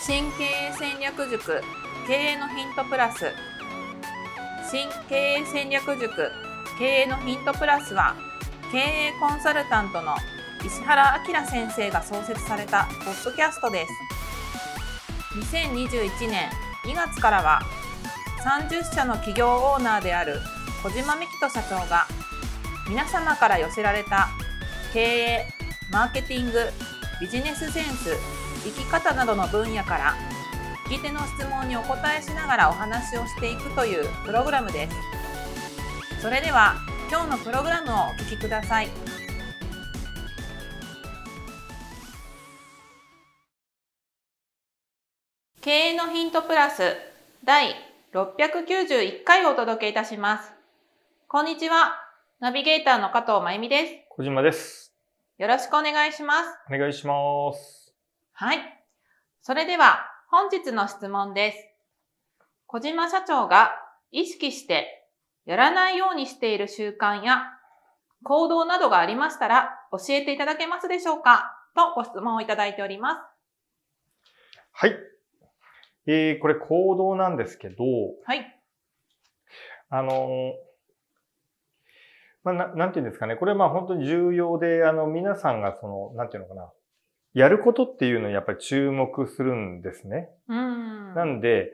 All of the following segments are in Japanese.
新経営戦略塾経営のヒントプラス。新経営戦略塾経営のヒントプラスは、経営コンサルタントの石原明先生が創設されたポッドキャストです。2021年2月からは30社の企業オーナーである小島幹人社長が、皆様から寄せられた経営、マーケティング、ビジネスセンス、生き方などの分野から聞き手の質問にお答えしながらお話をしていくというプログラムです。それでは今日のプログラムをお聞きください。経営のヒントプラス第691回をお届けいたします。こんにちは。ナビゲーターの加藤真由美です。 小島です。 よろしくお願いします。 お願いします。 はい。それでは本日の質問です。小島社長が意識してやらないようにしている習慣や行動などがありましたら教えていただけますでしょうかとご質問をいただいております。 はい。これ行動なんですけど、 はい。 なんていうんですかね。これ本当に重要で、皆さんがなんていうのかな。やることっていうのにやっぱり注目するんですね。なんで、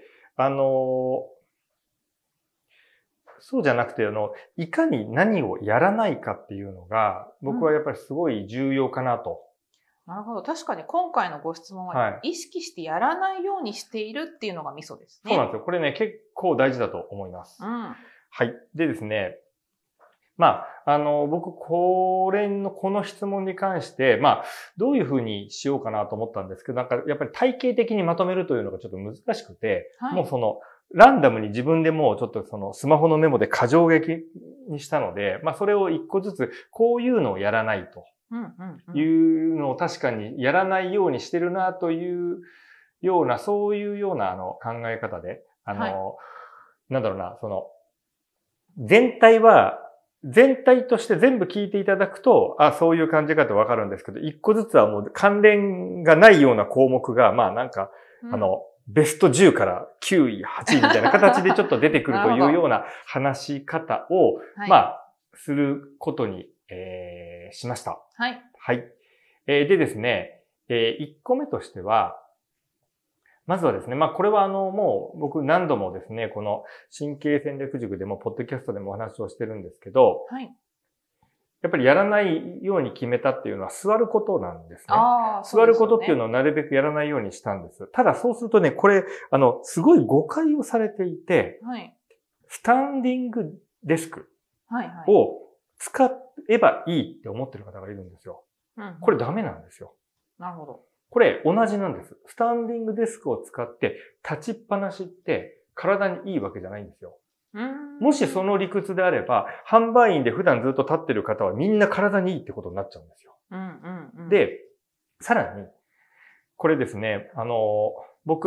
そうじゃなくて、いかに何をやらないかっていうのが、僕はやっぱりすごい重要かなと。 なるほど。確かに今回のご質問は、意識してやらないようにしているっていうのがミソですね。 そうなんですよ。これね、結構大事だと思います。はい。でですね、僕、この質問に関して、どういうふうにしようかなと思ったんですけど、やっぱり体系的にまとめるというのがちょっと難しくて、もうランダムに自分でもちょっとスマホのメモで箇条書きにしたので、それを一個ずつ、こういうのをやらないというのを確かにやらないようにしてるなというような、そういうような考え方で、全体として全部聞いていただくと、そういう感じかとわかるんですけど、一個ずつはもう関連がないような項目が、ベスト10から9位、8位みたいな形でちょっと出てくるというような話し方を、することに、しました。 はい。 はい。でですね、1個目としては、まずはですね、これはもう僕何度もですね、この新経営戦略塾でも、ポッドキャストでもお話をしてるんですけど、 はい。 やっぱりやらないように決めたっていうのは座ることなんですね。 そうですね。 座ることっていうのをなるべくやらないようにしたんです。ただそうするとね、これ、すごい誤解をされていて、 はい。 スタンディングデスクはい。 を使えばいいって思ってる方がいるんですよ。これダメなんですよ。 なるほど。 これ同じなんです。スタンディングデスクを使って立ちっぱなしって体にいいわけじゃないんですよ。もしその理屈であれば、販売員で普段ずっと立ってる方はみんな体にいいってことになっちゃうんですよ。で、さらに、これですね、僕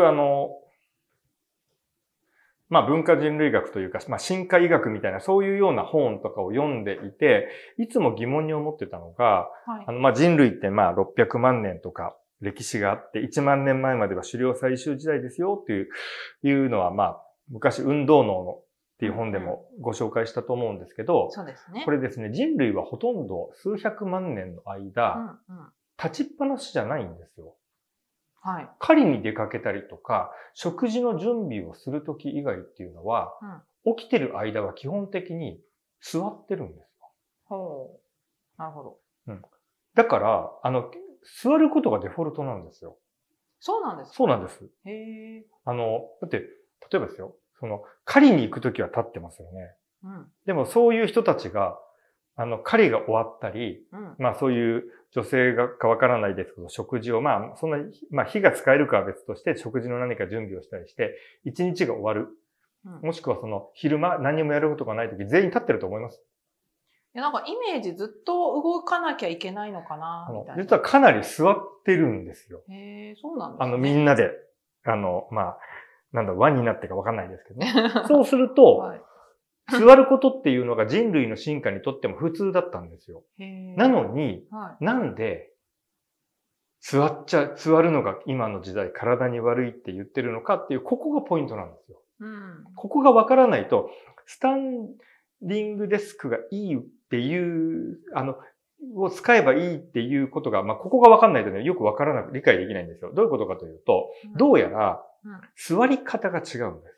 文化人類学というか、進化医学みたいなそういうような本とかを読んでいて、いつも疑問に思ってたのが、人類って600万年とか歴史があって、1万年前までは狩猟採集時代ですよっていうのは昔運動脳のっていう本でもご紹介したと思うんですけど、 そうですね。 これですね、人類はほとんど数百万年の間、立ちっぱなしじゃないんですよ。 はい。 狩りに出かけたりとか、食事の準備をするとき以外っていうのは、起きてる間は基本的に座ってるんですよ。なるほど。 だから、座ることがデフォルトなんですよ。 そうなんですか？ そうなんです。 へー。 だって、例えばですよ、狩りに行くときは立ってますよね。でもそういう人たちが、狩りが終わったり、そういう女性かわからないですけど、食事を、そんな、火が使えるかは別として、食事の何か準備をしたりして、一日が終わる。もしくは昼間何もやることがないとき、全員立ってると思います。 イメージずっと動かなきゃいけないのかなみたいな。 実はかなり座ってるんですよ。 へー、そうなんですね。 みんなで、輪になってかわかんないですけどね。そうすると、座ることっていうのが人類の進化にとっても普通だったんですよ。なのに、なんで座るのが今の時代体に悪いって言ってるのかっていう、ここがポイントなんですよ。ここがわからないと、スタンディングデスクがいいっていう、を使えばいいっていうことが、ここがわかんないとね、よくわからなく理解できないんですよ。どういうことかというと、どうやら、座り方が違うんです。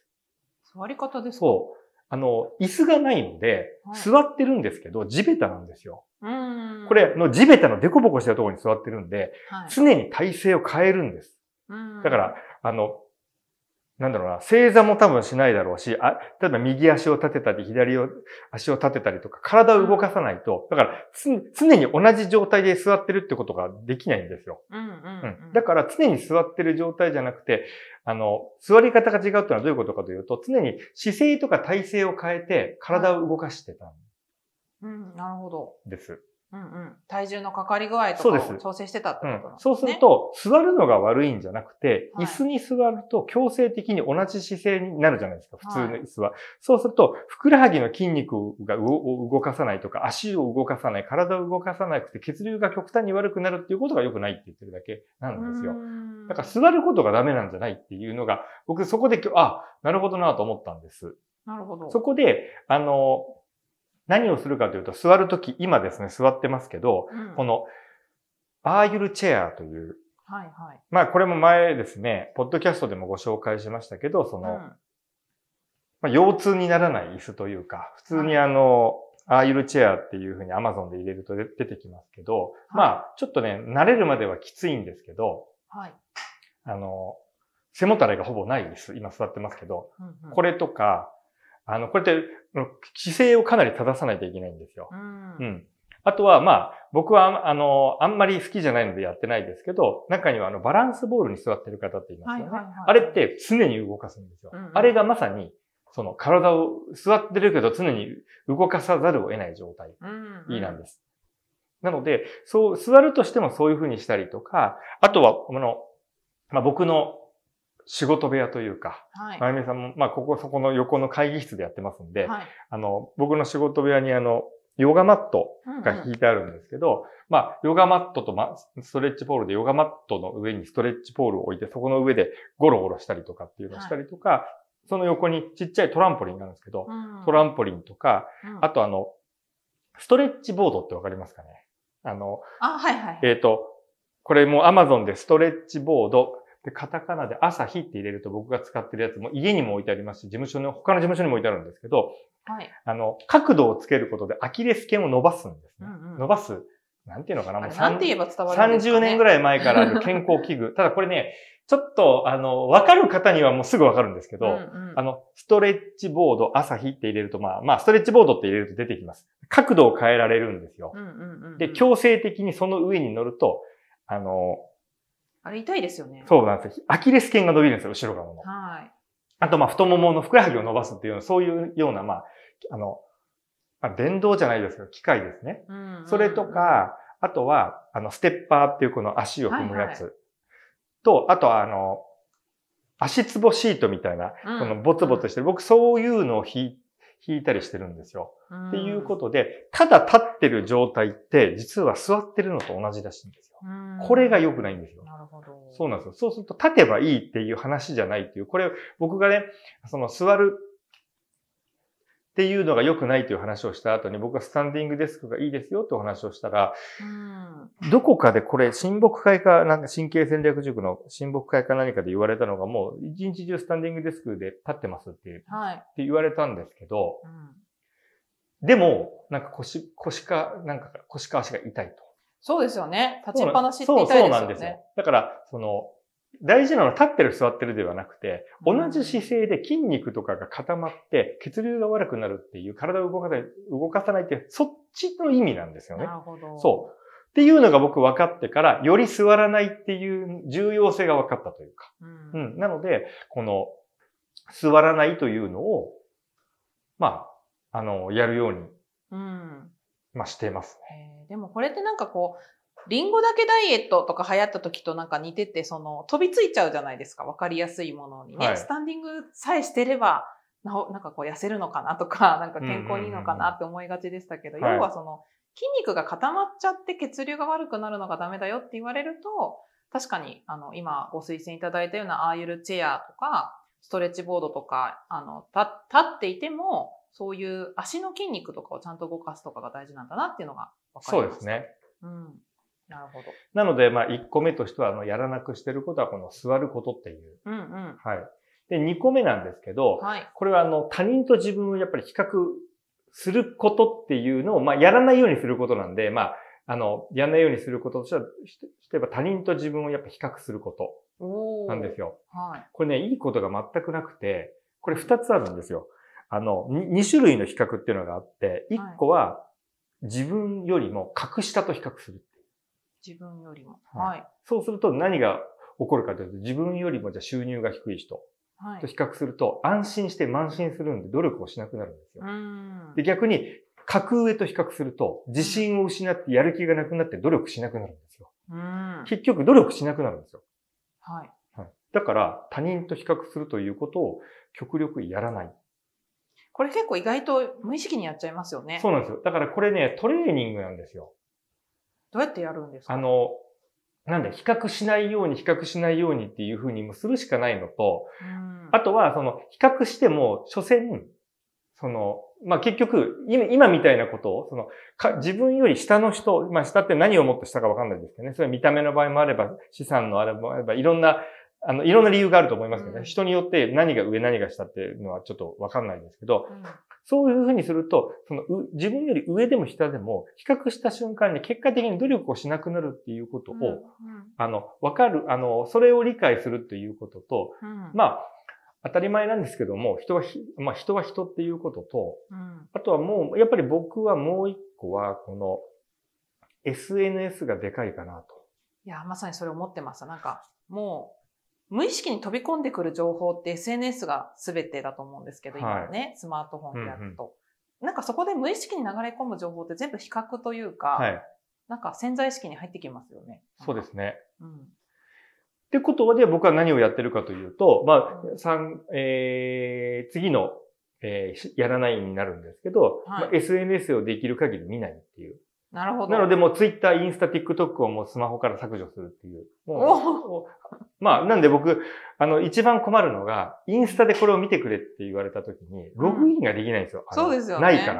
座り方ですか？ そう。椅子がないので、座ってるんですけど、地べたなんですよ。これ地べたのデコボコしたところに座ってるんで、常に体勢を変えるんです。だから、なんだろうな、正座も多分しないだろうし、例えば右足を立てたり、左足を立てたりとか、体を動かさないと、だから常に同じ状態で座ってるってことができないんですよ。だから常に座ってる状態じゃなくて、座り方が違うっていうのはどういうことかというと、常に姿勢とか体勢を変えて体を動かしてたんなるほど。 です。 体重のかかり具合とかを調整してたってことなんですね。 そうすると、座るのが悪いんじゃなくて、椅子に座ると強制的に同じ姿勢になるじゃないですか、普通の椅子は。そうすると、ふくらはぎの筋肉が動かさないとか、足を動かさない、体を動かさなくて、血流が極端に悪くなるっていうことが良くないって言ってるだけなんですよ。だから座ることがダメなんじゃないっていうのが、僕そこでなるほどなと思ったんです。 なるほど。 そこで、何をするかというと、座るとき、今ですね、座ってますけど、この、アーユルチェアという、これも前ですね、ポッドキャストでもご紹介しましたけど、腰痛にならない椅子というか、普通にアーユルチェアっていうふうに Amazon で入れると出てきますけど、ちょっとね、慣れるまではきついんですけど、背もたれがほぼない椅子、今座ってますけど、これとか、これって姿勢をかなり正さないといけないんですよ。あとは、僕は、あんまり好きじゃないのでやってないですけど、中にはバランスボールに座ってる方っていますよね。あれって常に動かすんですよ。あれがまさに、体を座ってるけど常に動かさざるを得ない状態なんです。なので、座るとしてもそういう風にしたりとか、あとは、僕の仕事部屋というか、まゆみさんも、そこの横の会議室でやってますんで、僕の仕事部屋にヨガマットが引いてあるんですけど、ヨガマットとストレッチポールでヨガマットの上にストレッチポールを置いて、そこの上でゴロゴロしたりとかっていうのをしたりとか、その横にちっちゃいトランポリンがあるんですけど、トランポリンとか、あとストレッチボードってわかりますかね？これも Amazon でストレッチボード、で、カタカナで朝日って入れると僕が使ってるやつも家にも置いてありますし、他の事務所にも置いてあるんですけど、角度をつけることでアキレス腱を伸ばすんですね。伸ばす。なんていうのかな、もうなんて言えば伝わるんですかね。 30年ぐらい前からある健康器具。ただこれね、ちょっと、わかる方にはもうすぐわかるんですけど、ストレッチボード朝日って入れると、ストレッチボードって入れると出てきます。角度を変えられるんですよ。で、強制的にその上に乗ると、 あれ痛いですよね。 そうなんですよ。アキレス腱が伸びるんですよ、後ろ側の。あと、太もものふくらはぎを伸ばすっていう、そういうような、電動じゃないですけど、機械ですね。それとか、あとは、ステッパーっていうこの足を踏むやつ。と、あとは、足つぼシートみたいな、このボツボツしてる。僕、そういうのを引いたりしてるんですよ。っていうことで、ただ立ってる状態って、実は座ってるのと同じらしいんですよ。これが良くないんですよ。 なるほど。 そうなんですよ。そうすると立てばいいっていう話じゃないっていう、これ僕がね、座るっていうのが良くないという話をした後に僕はスタンディングデスクがいいですよってお話をしたら、どこかでこれ親睦会か、神経戦略塾の親睦会か何かで言われたのがもう一日中スタンディングデスクで立ってますって言われたんですけど、でも、腰か足が痛いと。 そうですよね。立ちっぱなしって痛いですよね。そうなんですよ。 だから、大事なのは立ってる座ってるではなくて、同じ姿勢で筋肉とかが固まって血流が悪くなるっていう、体を動かさないっていう、そっちの意味なんですよね。 なるほど。 そう。っていうのが僕分かってから、より座らないっていう重要性が分かったというか。なので、座らないというのを、やるように、していますね。 でもこれってリンゴだけダイエットとか流行った時と似てて、飛びついちゃうじゃないですか。わかりやすいものにね。スタンディングさえしてれば、痩せるのかなとか、健康にいいのかなって思いがちでしたけど、要は筋肉が固まっちゃって血流が悪くなるのがダメだよって言われると、 確かに、今ご推薦いただいたようなアーユルチェアとか、ストレッチボードとか、立っていても、そういう足の筋肉とかをちゃんと動かすとかが大事なんだなっていうのが分かりました。 そうですね。 うん。なるほど。 なので、1個目としては、やらなくしてることは、この座ることっていう。 うんうん。 はい。で、2個目なんですけど、 はい、 これは他人と自分をやっぱり比較することっていうのを、やらないようにすることなんで、やらないようにすることとしては、例えば他人と自分をやっぱ比較することなんですよ。 はい。 これね、いいことが全くなくて、これ2つあるんですよ。2種類の比較っていうのがあって、1個は自分よりも格下と比較する。 自分よりも。 はい。そうすると何が起こるかというと、自分よりもじゃあ収入が低い人と比較すると、安心して慢心するんで努力をしなくなるんですよ。で、逆に、格上と比較すると、自信を失ってやる気がなくなって努力しなくなるんですよ。結局努力しなくなるんですよ。 はい。 だから、他人と比較するということを極力やらない。 これ結構意外と無意識にやっちゃいますよね。 そうなんですよ。だからこれね、トレーニングなんですよ。 どうやってやるんですか？ なんで、比較しないようにっていうふうにもするしかないのと、あとは、比較しても、所詮、結局、今みたいなことを、自分より下の人、下って何をもって下かわかんないですけどね。それは見た目の場合もあれば、資産のあれば、いろんな理由があると思いますけどね。人によって何が上何が下っていうのはちょっとわかんないんですけど、そういうふうにすると、自分より上でも下でも、比較した瞬間に結果的に努力をしなくなるっていうことを、わかる、それを理解するっていうことと、当たり前なんですけども、人は人っていうことと、あとはもう、やっぱり僕はもう一個は、この SNS がでかいかなと。 いや、まさにそれ思ってました。なんか、もう、無意識に飛び込んでくる情報って SNS が全てだと思うんですけど、今ね、スマートフォンでやると。なんかそこで無意識に流れ込む情報って全部比較というか、なんか潜在意識に入ってきますよね。 そうですね。ってことで僕は何をやってるかというと、次の、やらないになるんですけど、SNS をできる限り見ないっていう。 なるほど。 なのでもう Twitter、インスタ、TikTok をもうスマホから削除するっていう。なんで僕、一番困るのが、インスタでこれを見てくれって言われたときに、ログインができないんですよ。 そうですよね。 ないから。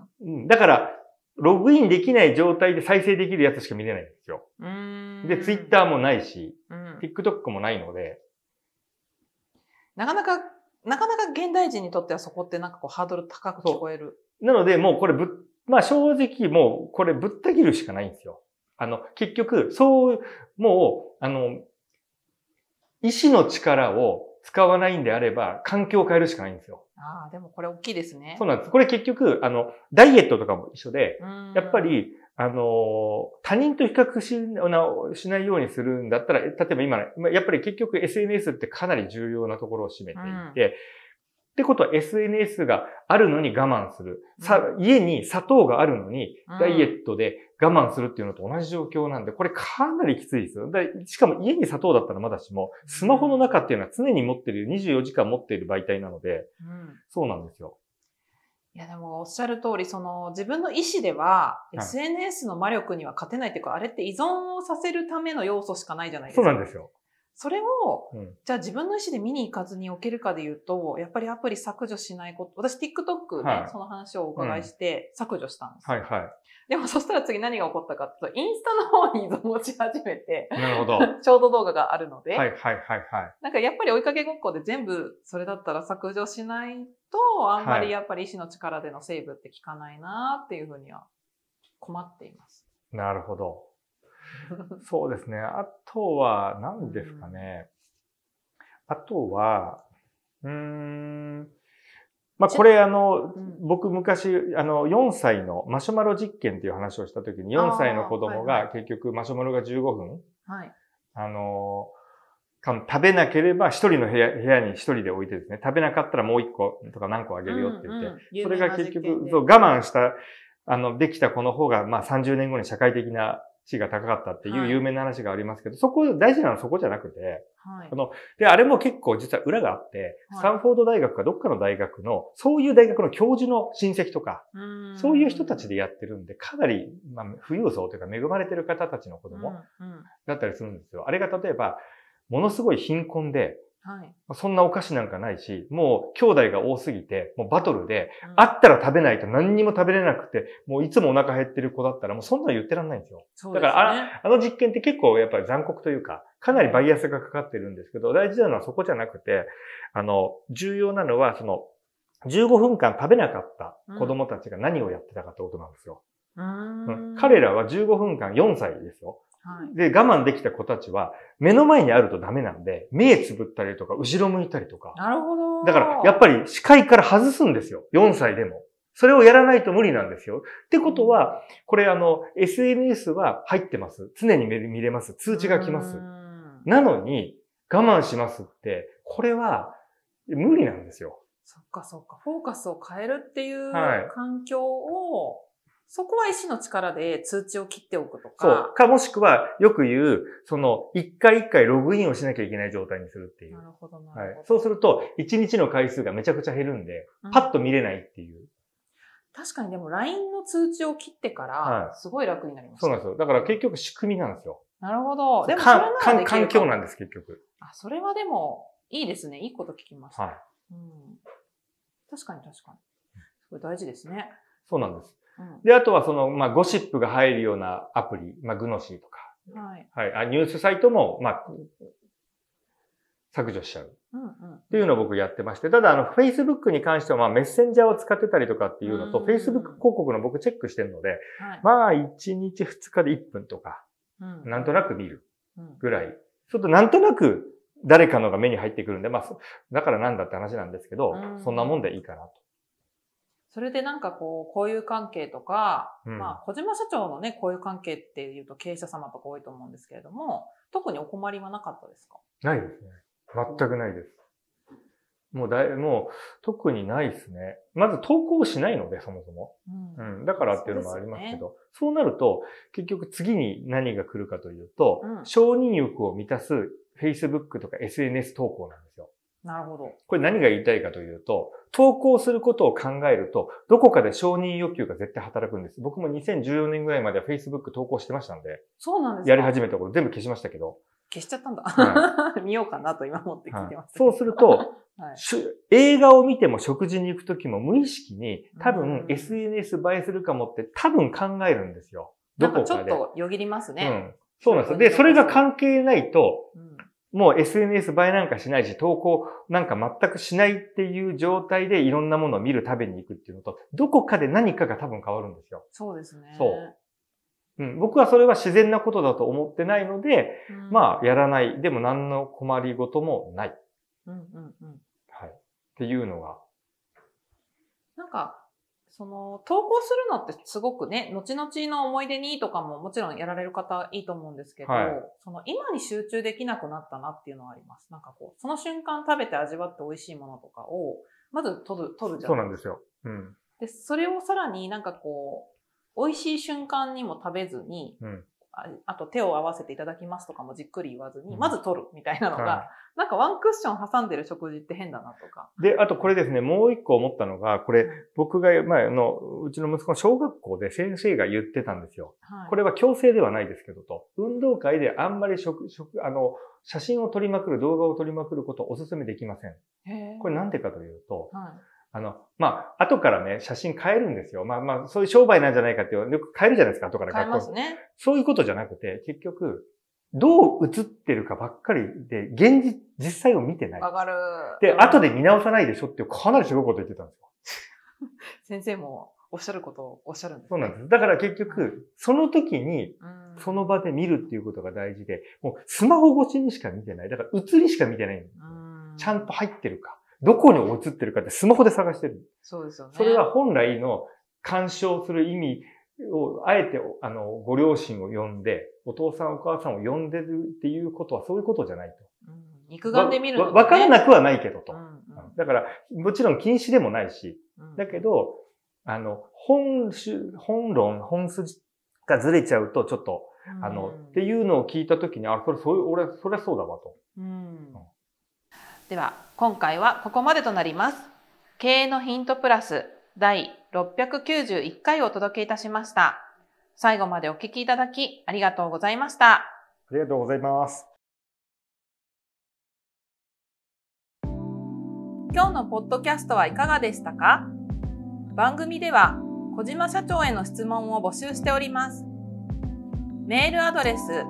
だから、ログインできない状態で再生できるやつしか見れないんですよ。で、Twitter もないし、TikTok もないので。 なかなか現代人にとってはそこってなんかこうハードル高く聞こえる。 なので、もうこれ正直もうこれぶった切るしかないんですよ。結局、もう、意志の力を使わないんであれば、環境を変えるしかないんですよ。 でもこれ大きいですね。 そうなんです。これ結局、ダイエットとかも一緒で、やっぱり、他人と比較しないようにするんだったら、例えば今、やっぱり結局 SNS ってかなり重要なところを占めていて、ってことは SNS があるのに我慢する。家に砂糖があるのにダイエットで我慢するっていうのと同じ状況なんで、これかなりきついですよ。しかも家に砂糖だったらまだしも、スマホの中っていうのは常に持っている、24時間持っている媒体なので、そうなんですよ。 いやでもおっしゃる通り、自分の意思では、SNS の魔力には勝てないっていうか、あれって依存をさせるための要素しかないじゃないですか。 そうなんですよ。 それを、じゃあ自分の意思で見に行かずに置けるかで言うと、やっぱりアプリ削除しないこと。私 TikTok ね、その話をお伺いして削除したんですよ。でもそしたら次何が起こったかっていうと、インスタの方に依存をし始めて、 なるほど。 ショート動画があるので、 なんかやっぱり追いかけごっこで全部それだったら削除しないと、あんまりやっぱり意志の力でのセーブって効かないなっていうふうには困っています。 なるほど。そうですね。あとは、何ですかね。あとは、これ僕昔、4歳のマシュマロ実験っていう話をしたときに、4歳の子供が結局マシュマロが15分、食べなければ一人の部屋に一人で置いてですね、食べなかったらもう1個とか何個あげるよって言って、それが結局、我慢した、できた子の方が、30年後に社会的な値が高かったっていう有名な話がありますけど、そこ、大事なのはそこじゃなくて、 はい。 で、あれも結構実は裏があって、スタンフォード大学かどっかの大学の、そういう大学の教授の親戚とか、そういう人たちでやってるんで、かなり、まあ、富裕層というか恵まれてる方たちの子供だったりするんですよ。あれが例えば、ものすごい貧困で、はい、そんなお菓子なんかないし、もう兄弟が多すぎて、もうバトルで、あったら食べないと何にも食べれなくて、もういつもお腹減ってる子だったらもうそんなの言ってらんないんですよ。そうですね。だからあの実験って結構やっぱり残酷というか、かなりバイアスがかかってるんですけど、大事なのはそこじゃなくて、重要なのは15分間食べなかった子供たちが何をやってたかってことなんですよ。彼らは15分間4歳ですよ。はい、で、我慢できた子たちは、目の前にあるとダメなんで、目つぶったりとか、後ろ向いたりとか。 なるほど。 だから、やっぱり視界から外すんですよ。4歳でも。それをやらないと無理なんですよ。ってことは、これSNS は入ってます。常に見れます。通知が来ます。なのに、我慢しますって、これは無理なんですよ。 そっかそっか。フォーカスを変えるっていう環境を、そこは意志の力で通知を切っておくとか。 そう。か、もしくは、よく言う、一回一回ログインをしなきゃいけない状態にするっていう。 なるほど、なるほど。はい。そうすると、1日の回数がめちゃくちゃ減るんで、パッと見れないっていう。 確かにでも LINE の通知を切ってから、すごい楽になりました。 そうなんですよ。だから結局仕組みなんですよ。 なるほど。でもそれならできる環境なんです、結局。 それはでも、いいですね。いいこと聞きました。はい。確かに。すごい大事ですね。 そうなんです。で、あとはゴシップが入るようなアプリ、グノシーとか。はい。はい。ニュースサイトも、削除しちゃう。っていうのを僕やってまして。ただ、Facebook に関しては、メッセンジャーを使ってたりとかっていうのと、Facebook 広告の僕チェックしてるので、1日2日で1分とか、なんとなく見るぐらい。ちょっとなんとなく誰かのが目に入ってくるんで、だからなんだって話なんですけど、そんなもんでいいかなと。 それで交友関係とか、小島社長のね、交友関係っていうと経営者様とか多いと思うんですけれども、特にお困りはなかったですか？ ないですね。全くないです。もう特にないですね。まず投稿しないので、そもそも。だからっていうのもありますけど、そうなると、結局次に何が来るかというと、承認欲を満たす Facebook とか SNS 投稿なんですよ。 なるほど。 これ何が言いたいかというと、投稿することを考えると、どこかで承認欲求が絶対働くんです。僕も2014年ぐらいまでは Facebook 投稿してましたんで。 そうなんですか？ やり始めた頃全部消しましたけど。 消しちゃったんだ。見ようかなと今思って聞いてます。 そうすると、映画を見ても食事に行くときも無意識に多分 SNS 映えするかもって多分考えるんですよ。 どこかで。ちょっとよぎりますね。 そうなんですよ。で、それが関係ないと、もう SNS 映えなんかしないし、投稿なんか全くしないっていう状態でいろんなものを見る食べに行くっていうのと、どこかで何かが多分変わるんですよ。 そうですね。 そう。僕はそれは自然なことだと思ってないので、やらない。でも何の困りごともない。はい。っていうのが。 投稿するのってすごくね、後々の思い出にとかももちろんやられる方いいと思うんですけど、今に集中できなくなったなっていうのはあります。その瞬間食べて味わって美味しいものとかを、まず取るじゃないですか。 そうなんですよ。 で、それをさらに美味しい瞬間にも食べずに、あと手を合わせていただきますとかもじっくり言わずに、まず取るみたいなのが、ワンクッション挟んでる食事って変だなとか。 で、あとこれですね、もう一個思ったのが、これ、僕が前うちの息子の小学校で先生が言ってたんですよ。これは強制ではないですけどと、運動会であんまり写真を撮りまくる、動画を撮りまくることをお勧めできません。これなんでかというと、後からね、写真変えるんですよ。そういう商売なんじゃないかってよく変えるじゃないですか、後から変えますね。 そういうことじゃなくて、結局、どう映ってるかばっかりで、実際を見てない。 わかる。 で、後で見直さないでしょってかなりすごいこと言ってたんですよ。 先生もおっしゃることをおっしゃるんですね。 そうなんです。だから結局、その時に、その場で見るっていうことが大事で、もうスマホ越しにしか見てない。だから映りしか見てないんですよ。ちゃんと入ってるか。どこに映ってるかってスマホで探してる。 そうですよね。 それは本来の鑑賞する意味を、あえて、ご両親を呼んで、お父さんお母さんを呼んでるっていうことはそういうことじゃないと。 肉眼で見るのね。 わからなくはないけどと。だから、もちろん禁止でもないし、だけど、本筋がずれちゃうとちょっとっていうのを聞いたときに、俺、それそうだわと。 では、今回はここまでとなります。経営のヒントプラス第691回をお届けいたしました。最後までお聞きいただきありがとうございました。 ありがとうございます。 今日のポッドキャストはいかがでしたか？番組では小島社長への質問を募集しております。メールアドレス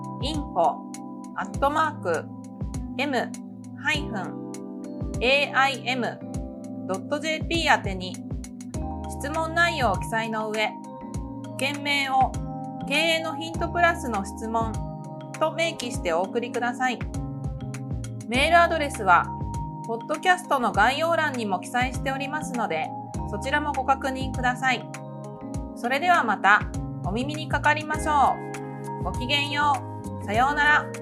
info@aim.jp 宛てに質問内容を記載の上、件名を経営のヒントプラスの質問と明記してお送りください。メールアドレスはポッドキャストの概要欄にも記載しておりますので、そちらもご確認ください。それではまたお耳にかかりましょう。ごきげんよう。さようなら。